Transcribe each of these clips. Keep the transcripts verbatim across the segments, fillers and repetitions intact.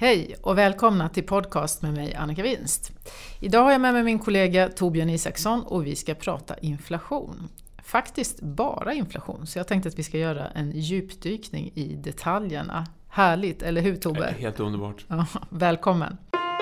Hej och välkomna till podcast med mig Annika Winst. Idag har jag med mig min kollega Torbjörn Isaksson och vi ska prata inflation. Faktiskt bara inflation, så jag tänkte att vi ska göra en djupdykning i detaljerna. Härligt, eller hur Tobbe? Helt underbart. Ja, välkommen.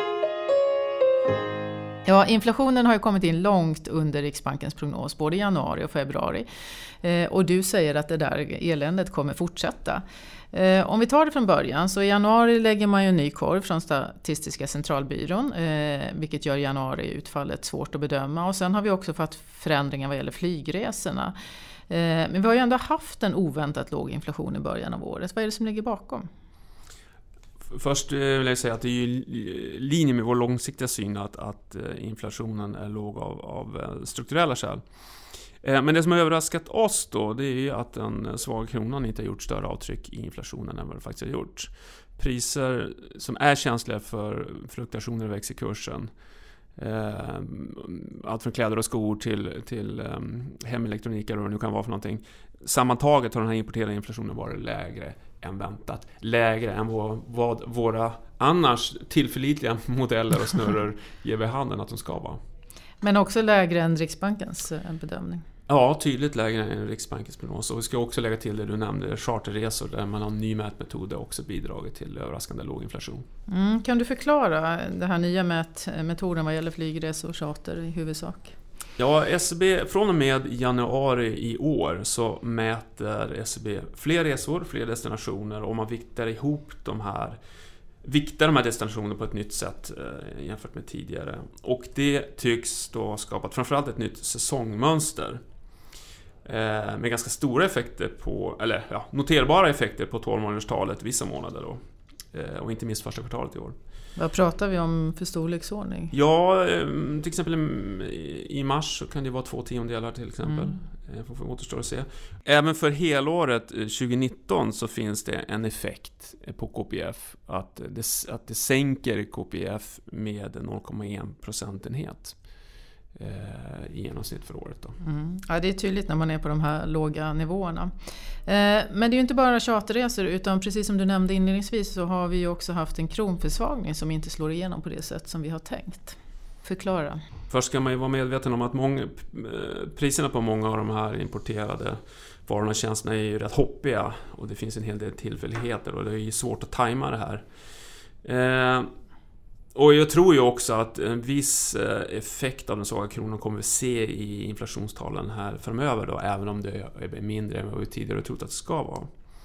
Ja, inflationen har ju kommit in långt under Riksbankens prognos, både i januari och februari. Eh, och du säger att det där eländet kommer fortsätta. Eh, om vi tar det från början, så i januari lägger man ju en ny korv från Statistiska centralbyrån, eh, vilket gör januari-utfallet svårt att bedöma. Och sen har vi också fått förändringar vad gäller flygresorna. Eh, men vi har ju ändå haft en oväntat låg inflation i början av året. Vad är det som ligger bakom? Först vill jag säga att det är ju linje med vår långsiktiga syn att, att inflationen är låg av, av strukturella skäl. Men det som har överraskat oss då, det är ju att den svaga kronan inte har gjort större avtryck i inflationen än vad det faktiskt har gjort. Priser som är känsliga för fluktuationer i växelkursen, allt från kläder och skor till, till hemelektronik eller vad det nu kan vara för någonting. Sammantaget har den här importerade inflationen varit lägre än väntat. Lägre än vad, vad våra annars tillförlitliga modeller och snurror ger vid handen att de ska vara. Men också lägre än Riksbankens bedömning. Ja, tydligt lägre än Riksbankens prognos. Och vi ska också lägga till det du nämnde, charterresor där man har en ny mätmetod också bidragit till överraskande låg inflation. Mm, kan du förklara den här nya mätmetoden vad gäller flygresor och charter i huvudsak? Ja, S C B från och med januari i år så mäter S C B fler resor, fler destinationer och man viktar ihop de här viktar de här destinationerna på ett nytt sätt eh, jämfört med tidigare. Och det tycks då ha skapat framförallt ett nytt säsongmönster eh, med ganska stora effekter på, eller ja, noterbara effekter på tolv-månaderstalet vissa månader då. Eh, och inte minst första kvartalet i år. Vad pratar vi om för storleksordning? Ja, till exempel i mars så kan det vara två tiondelar till exempel. Mm. Får vi återstå att se. Även för helåret tjugonitton så finns det en effekt på K P F. Att det, att det sänker K P F med noll komma en procentenhet i genomsnitt för året då. Mm. Ja, det är tydligt när man är på de här låga nivåerna. Eh, men det är ju inte bara charterresor utan precis som du nämnde inledningsvis så har vi ju också haft en kronförsvagning som inte slår igenom på det sätt som vi har tänkt. Förklara. Först ska man ju vara medveten om att många, priserna på många av de här importerade varorna och tjänsterna är ju rätt hoppiga och det finns en hel del tillfälligheter och det är ju svårt att tajma det här. Eh, Och jag tror ju också att en viss effekt av den svaga kronan kommer vi se i inflationstalen här framöver då, även om det är mindre än vad vi tidigare trott att det ska vara.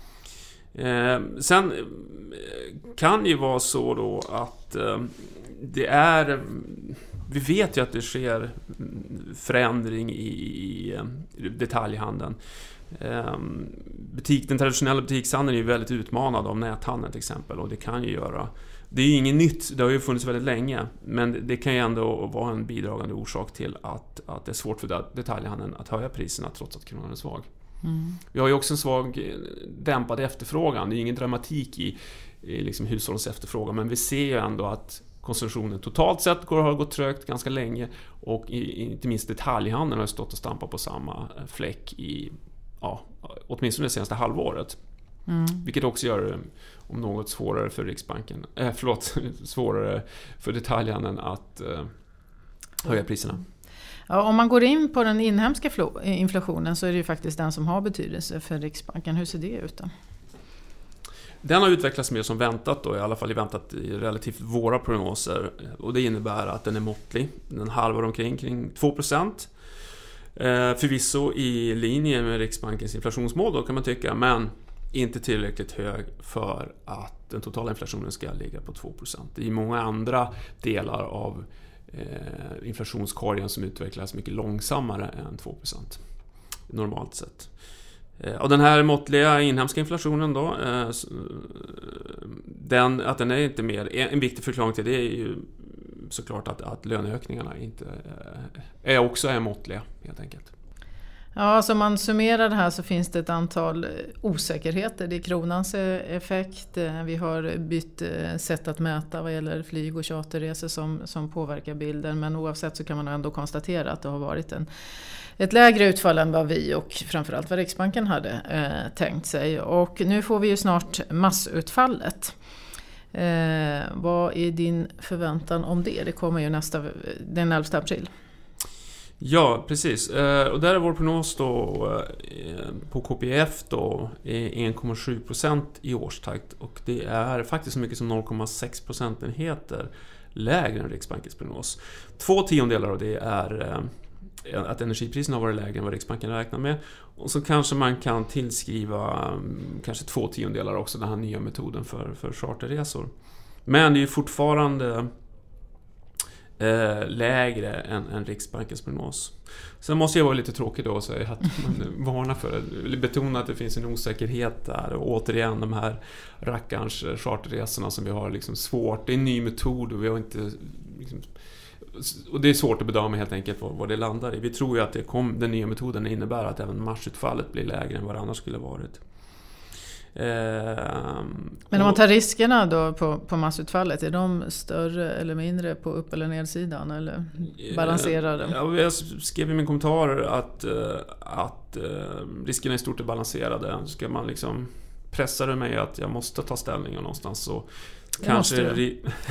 Eh, sen kan det ju vara så då att eh, det är, vi vet ju att det sker förändring i, i detaljhandeln. Eh, butik, den traditionella butikshandeln är ju väldigt utmanad av näthandeln till exempel och det kan ju göra. Det är ju inget nytt, det har ju funnits väldigt länge, men det kan ju ändå vara en bidragande orsak till att, att det är svårt för detaljhandeln att höja priserna trots att kronan är svag. Mm. Vi har ju också en svag dämpad efterfrågan, det är ingen dramatik i, i liksom hushållens efterfrågan, men vi ser ju ändå att konsumtionen totalt sett går, har gått trögt ganska länge och i, inte minst detaljhandeln har stått och stampat på samma fläck i ja, åtminstone det senaste halvåret. Mm. Vilket också gör det om något svårare för Riksbanken eh, förlåt, svårare för detaljhandeln att eh, höja priserna. Ja, om man går in på den inhemska inflationen så är det ju faktiskt den som har betydelse för Riksbanken. Hur ser det ut då? Den har utvecklats mer som väntat då, i alla fall i väntat i relativt våra prognoser och det innebär att den är måttlig. Den halvar omkring kring två procent. Eh, förvisso i linje med Riksbankens inflationsmål då kan man tycka, men inte tillräckligt hög för att den totala inflationen ska ligga på två procent. Det är många andra delar av eh, inflationskorgen som utvecklas mycket långsammare än två procent normalt sett. Eh, och den här måttliga inhemska inflationen då, eh, den, att den är inte mer, en viktig förklaring till det är ju såklart att, att löneökningarna inte eh, är också är måttliga helt enkelt. Ja, så om man summerar det här så finns det ett antal osäkerheter. Det är kronans effekt, vi har bytt sätt att mäta vad gäller flyg- och charterresor som, som påverkar bilden. Men oavsett så kan man ändå konstatera att det har varit en, ett lägre utfall än vad vi och framförallt vad Riksbanken hade eh, tänkt sig. Och nu får vi ju snart massutfallet. Eh, vad är din förväntan om det? Det kommer ju nästa, den elfte april. Ja, precis. Och där är vår prognos då på K P I F då en komma sju procent i årstakt. Och det är faktiskt så mycket som noll komma sex procentenheter lägre än Riksbankens prognos. Två tiondelar av det är att energipriserna har varit lägre än vad Riksbanken räknar med. Och så kanske man kan tillskriva kanske två tiondelar också den här nya metoden för, för charterresor. Men det är ju fortfarande eh, lägre än, än Riksbankens prognos. Sen måste jag vara lite tråkig då och säga att man varnar för det. Vill betona att det finns en osäkerhet där. Och återigen de här rackarns charterresorna som vi har liksom svårt. Det är en ny metod och vi har inte... Liksom, och det är svårt att bedöma helt enkelt vad, vad det landar i. Vi tror ju att det kom, den nya metoden innebär att även marsutfallet blir lägre än vad det annars skulle varit. Eh, Men om man tar riskerna då på, på massutfallet, är de större eller mindre på upp- eller nedsidan eller balanserade? Ja, jag skrev i min kommentar att, att riskerna i stort är balanserade. Ska man liksom pressa det mig att jag måste ta ställning någonstans så kanske,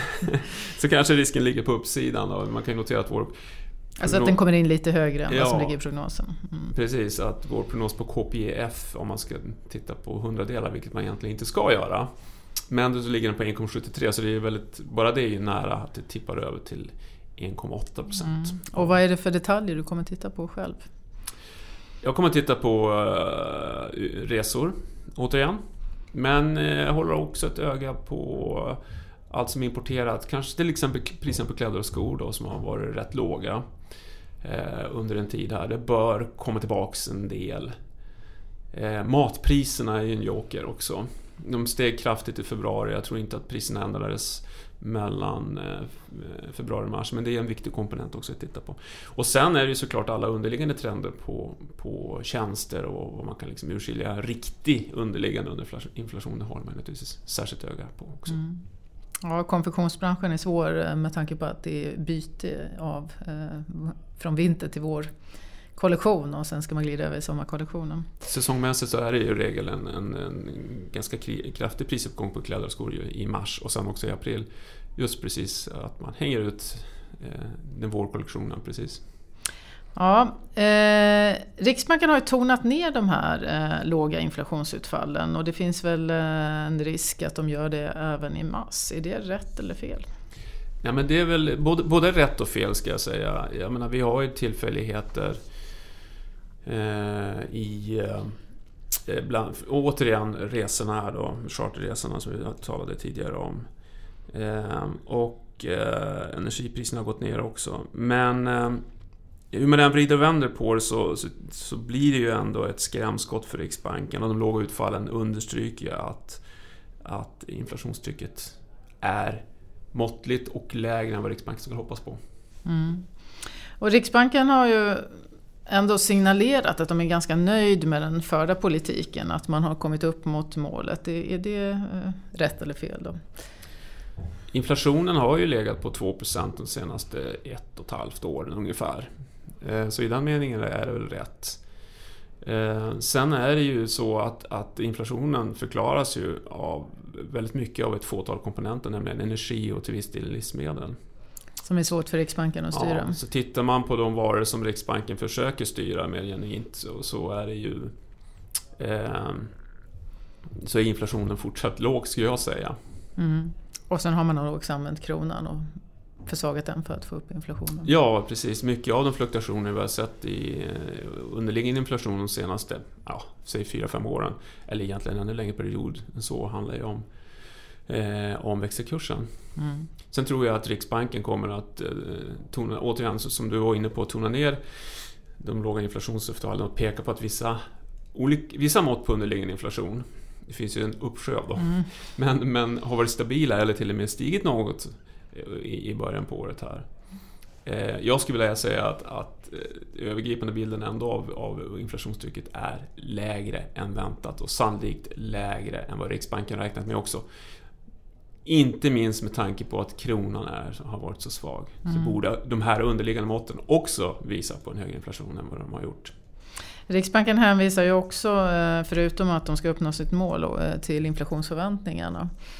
så kanske risken ligger på uppsidan. Och man kan ju notera att vår Alltså att den kommer in lite högre än ja, vad som ligger i prognosen. Mm. Precis, att vår prognos på K P I F, om man ska titta på hundradelar, vilket man egentligen inte ska göra, men då ligger den på en komma sjuttiotre, så det är väldigt, bara det är ju nära att det tippar över till en komma åtta procent. Mm. Och vad är det för detaljer du kommer titta på själv? Jag kommer titta på uh, resor, återigen. Men jag håller också ett öga på allt som är importerat. Kanske till exempel priserna på kläder och skor då, som har varit rätt låga eh, under en tid här. Det bör komma tillbaks en del. Eh, matpriserna är ju en joker också. De steg kraftigt i februari. Jag tror inte att priserna ändrades mellan eh, februari och mars. Men det är en viktig komponent också att titta på. Och sen är det ju såklart alla underliggande trender på, på tjänster och vad man kan liksom urskilja riktig underliggande inflation. Det har man naturligtvis särskilt öga på också. Mm. Ja, konfektionsbranschen är svår med tanke på att det är byte av eh, från vinter till vår kollektion och sen ska man glida över i sommarkollektionen. Säsongmässigt så är det ju i regel en, en, en ganska kraftig prisuppgång på kläder och skor i mars och sen också i april. Just precis att man hänger ut eh, den vårkollektionen precis. Ja, eh, Riksbanken har ju tonat ner de här eh, låga inflationsutfallen och det finns väl eh, en risk att de gör det även i mars. Är det rätt eller fel? Ja, men det är väl både, både rätt och fel ska jag säga. Jag menar, vi har ju tillfälligheter eh, i eh, bland, återigen resorna här då, charterresorna som vi talade tidigare om. Eh, och eh, energipriserna har gått ner också. Men eh, hur man än vrider och vänder på det så, så, så blir det ju ändå ett skrämskott för Riksbanken och de låga utfallen understryker att, att inflationstrycket är måttligt och lägre än vad Riksbanken skulle hoppas på. Mm. Och Riksbanken har ju ändå signalerat att de är ganska nöjd med den förda politiken, att man har kommit upp mot målet. Är, är det eh, rätt eller fel då? Inflationen har ju legat på två procent de senaste ett och ett halvt åren ungefär. Så i den meningen är det väl rätt. Sen är det ju så att, att inflationen förklaras ju av väldigt mycket av ett fåtal komponenter, nämligen energi och till viss del livsmedel. Som är svårt för Riksbanken att styra. Ja, så tittar man på de varor som Riksbanken försöker styra mer genuint så, så är det ju eh, så är inflationen fortsatt låg skulle jag säga. Mm. Och sen har man också använt kronan och försvagat den för att få upp inflationen. Ja, precis. Mycket av de fluktuationer vi har sett i underliggande inflation de senaste, ja, säg fyra fem åren, eller egentligen ännu längre period än så, handlar ju om, eh, om växelkursen. Mm. Sen tror jag att Riksbanken kommer att eh, tona, återigen som du var inne på, tona ner de låga inflationsuttalen och peka på att vissa, olik, vissa mått på underliggande inflation, det finns ju en uppsjö då, mm. men, men har varit stabila eller till och med stigit något i början på året här. Jag skulle vilja säga att, att övergripande bilden ändå av, av inflationstrycket är lägre än väntat och sannolikt lägre än vad Riksbanken räknat med också. Inte minst med tanke på att kronan är, har varit så svag. Mm. Så borde de här underliggande måtten också visa på en högre inflation än vad de har gjort. Riksbanken hänvisar ju också, förutom att de ska uppnå sitt mål, till inflationsförväntningarna.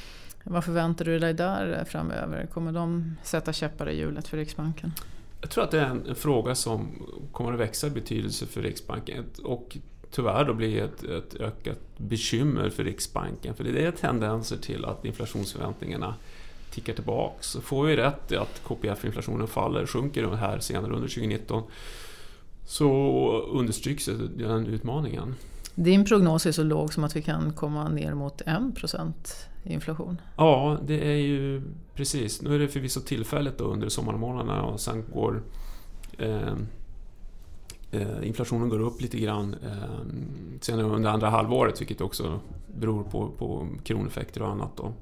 Vad förväntar du dig där framöver? Kommer de sätta käppar i hjulet för Riksbanken? Jag tror att det är en, en fråga som kommer att växa i betydelse för Riksbanken och tyvärr då blir ett, ett ökat bekymmer för Riksbanken. För det är tendenser till att inflationsförväntningarna tickar tillbaka. Så får vi rätt i att K P F-inflationen faller, sjunker här senare under tjugonitton, så understryks den utmaningen. Din prognos är så låg som att vi kan komma ner mot en procent inflation. Ja, det är ju precis. Nu är det förvisso tillfället då under sommarmånaderna och sen går eh, eh, inflationen går upp lite grann eh, senare under andra halvåret, vilket också beror på, på kroneffekter och annat då.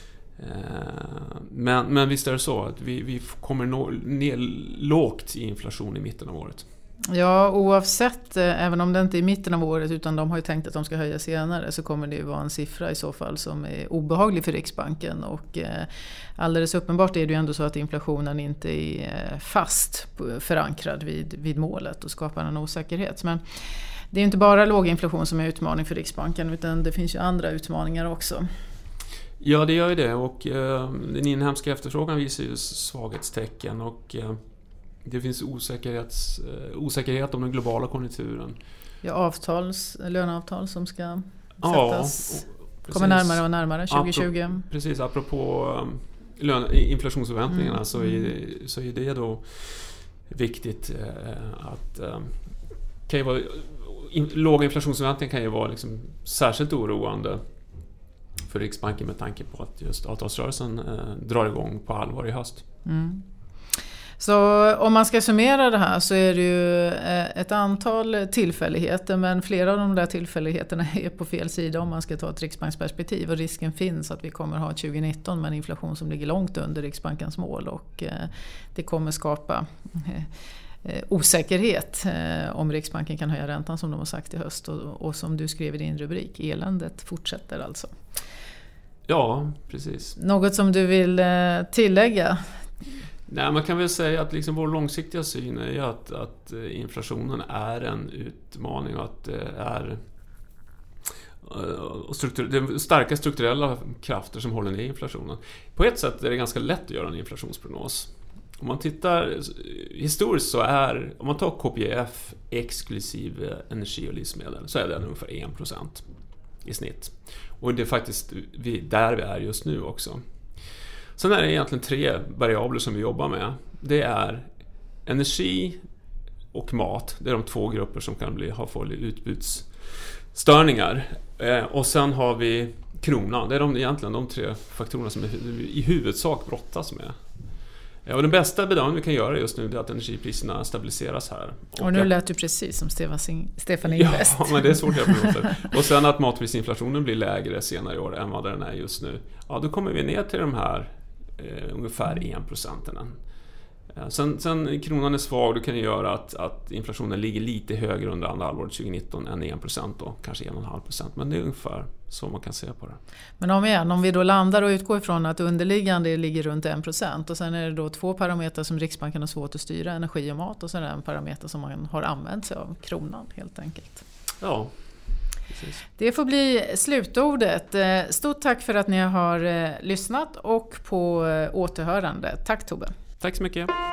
Men, men visst är det så att vi, vi kommer nå, ner lågt i inflation i mitten av året. Ja, oavsett, även om det inte är i mitten av året utan de har ju tänkt att de ska höja senare, så kommer det ju vara en siffra i så fall som är obehaglig för Riksbanken. Och eh, alldeles uppenbart är det ju ändå så att inflationen inte är fast förankrad vid, vid målet och skapar en osäkerhet. Men det är ju inte bara låg inflation som är utmaning för Riksbanken, utan det finns ju andra utmaningar också. Ja, det gör ju det, och eh, den inhemska efterfrågan visar ju svaghetstecken och eh, det finns osäkerhets, eh, osäkerhet om den globala konjunkturen. Ja, avtals, löneavtal som ska ja, sättas kommer närmare och närmare tjugohundratjugo. Apropå, precis, apropå um, lön, inflationsförväntningarna mm. så, är, så är det då viktigt eh, att eh, kan ju vara, in, låga inflationsförväntningar kan ju vara liksom särskilt oroande för Riksbanken med tanke på att just avtalsrörelsen eh, drar igång på allvar i höst. Mm. Så om man ska summera det här så är det ju ett antal tillfälligheter, men flera av de där tillfälligheterna är på fel sida om man ska ta ett riksbanksperspektiv, och risken finns att vi kommer ha tjugonitton med en inflation som ligger långt under Riksbankens mål, och det kommer skapa osäkerhet om Riksbanken kan höja räntan som de har sagt i höst, och, och som du skrev i din rubrik, eländet fortsätter alltså. Ja, precis. Något som du vill tillägga? Nej, man kan väl säga att liksom vår långsiktiga syn är att, att inflationen är en utmaning och att det är och struktur, det är starka strukturella krafter som håller ner inflationen. På ett sätt är det ganska lätt att göra en inflationsprognos. Om man tittar historiskt så är, om man tar K P F exklusive energi och livsmedel, så är det ungefär en procent i snitt. Och det är faktiskt vi, där vi är just nu också. Sen är det egentligen tre variabler som vi jobbar med. Det är energi och mat. Det är de två grupper som kan bli, ha få utbudsstörningar. Eh, och sen har vi kronan. Det är de, egentligen de tre faktorerna som vi i huvudsak brottas med. Ja, och den bästa bedömningen vi kan göra just nu är att energipriserna stabiliseras här. Och, och nu lät du precis som Stefan Invest. Ja, men det är svårt att prata. Och sen att matprisinflationen blir lägre senare i år än vad den är just nu. Ja, då kommer vi ner till de här eh, ungefär en procent. Eh, sen, sen kronan är svag, då kan det göra att, att inflationen ligger lite högre under andra halvåret tjugonitton än en procent då, kanske en komma fem procent. Men det är ungefär så man kan se på det. Men om igen, om vi då landar och utgår ifrån att underliggande ligger runt en procent, och sen är det då två parametrar som Riksbanken har svårt att styra, energi och mat, och sen är det en parameter som man har använt sig av, kronan helt enkelt. Ja, precis. Det får bli slutordet. Stort tack för att ni har lyssnat och på återhörande. Tack Tobbe. Tack så mycket.